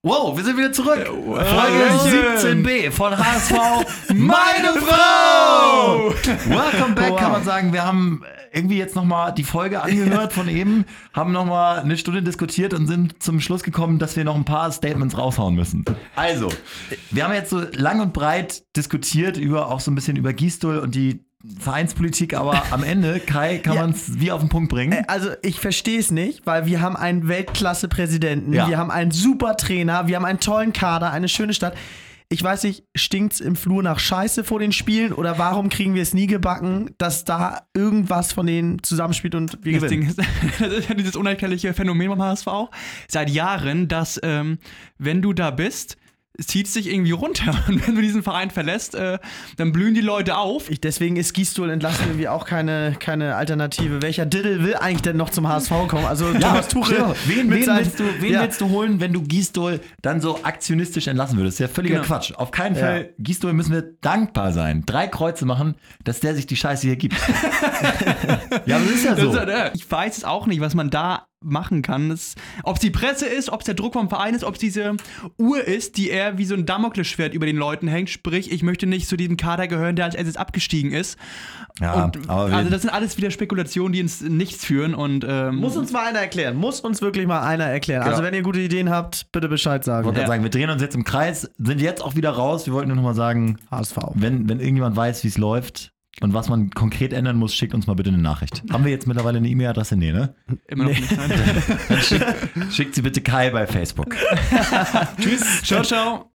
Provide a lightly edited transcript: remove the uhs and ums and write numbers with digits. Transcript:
Wow, wir sind wieder zurück. Folge 17b von HSV, meine Frau. Welcome back, kann man sagen. Wir haben irgendwie jetzt nochmal die Folge angehört von eben, haben nochmal eine Stunde diskutiert und sind zum Schluss gekommen, dass wir noch ein paar Statements raushauen müssen. Also, wir haben jetzt so lang und breit diskutiert auch so ein bisschen über Gisdol und die Vereinspolitik, aber am Ende, Kai, kann man es wie auf den Punkt bringen. Also ich verstehe es nicht, weil wir haben einen Weltklasse-Präsidenten, wir haben einen super Trainer, wir haben einen tollen Kader, eine schöne Stadt. Ich weiß nicht, stinkt's im Flur nach Scheiße vor den Spielen oder warum kriegen wir es nie gebacken, dass da irgendwas von denen zusammenspielt und wir gewinnen? Das ist ja dieses unerklärliche Phänomen beim HSV seit Jahren, dass wenn du da bist, es zieht sich irgendwie runter. Und wenn du diesen Verein verlässt, dann blühen die Leute auf. Deswegen ist Gisdol entlassen irgendwie auch keine Alternative. Welcher Diddle will eigentlich denn noch zum HSV kommen? Also Thomas Tuchel. Ja. Wen willst du holen, wenn du Gisdol dann so aktionistisch entlassen würdest? Das ist ja völliger Quatsch. Auf keinen Fall, Gisdol müssen wir dankbar sein. 3 Kreuze machen, dass der sich die Scheiße hier gibt. Ja, aber das ist ja so. Ich weiß es auch nicht, was man da machen kann. Ob es die Presse ist, ob es der Druck vom Verein ist, ob es diese Uhr ist, die eher wie so ein Damoklesschwert über den Leuten hängt. Sprich, ich möchte nicht zu diesem Kader gehören, der als erstes abgestiegen ist. Ja, also das sind alles wieder Spekulationen, die ins Nichts führen. Und muss uns mal einer erklären. Muss uns wirklich mal einer erklären. Genau. Also wenn ihr gute Ideen habt, bitte Bescheid sagen. Ich wollte sagen, wir drehen uns jetzt im Kreis, sind jetzt auch wieder raus. Wir wollten nur noch mal sagen, HSV. Wenn irgendjemand weiß, wie es läuft und was man konkret ändern muss, schickt uns mal bitte eine Nachricht. Haben wir jetzt mittlerweile eine E-Mail-Adresse? Nee, ne? Immer noch nicht. Dann schickt sie bitte Kai bei Facebook. Tschüss. Ciao, ciao.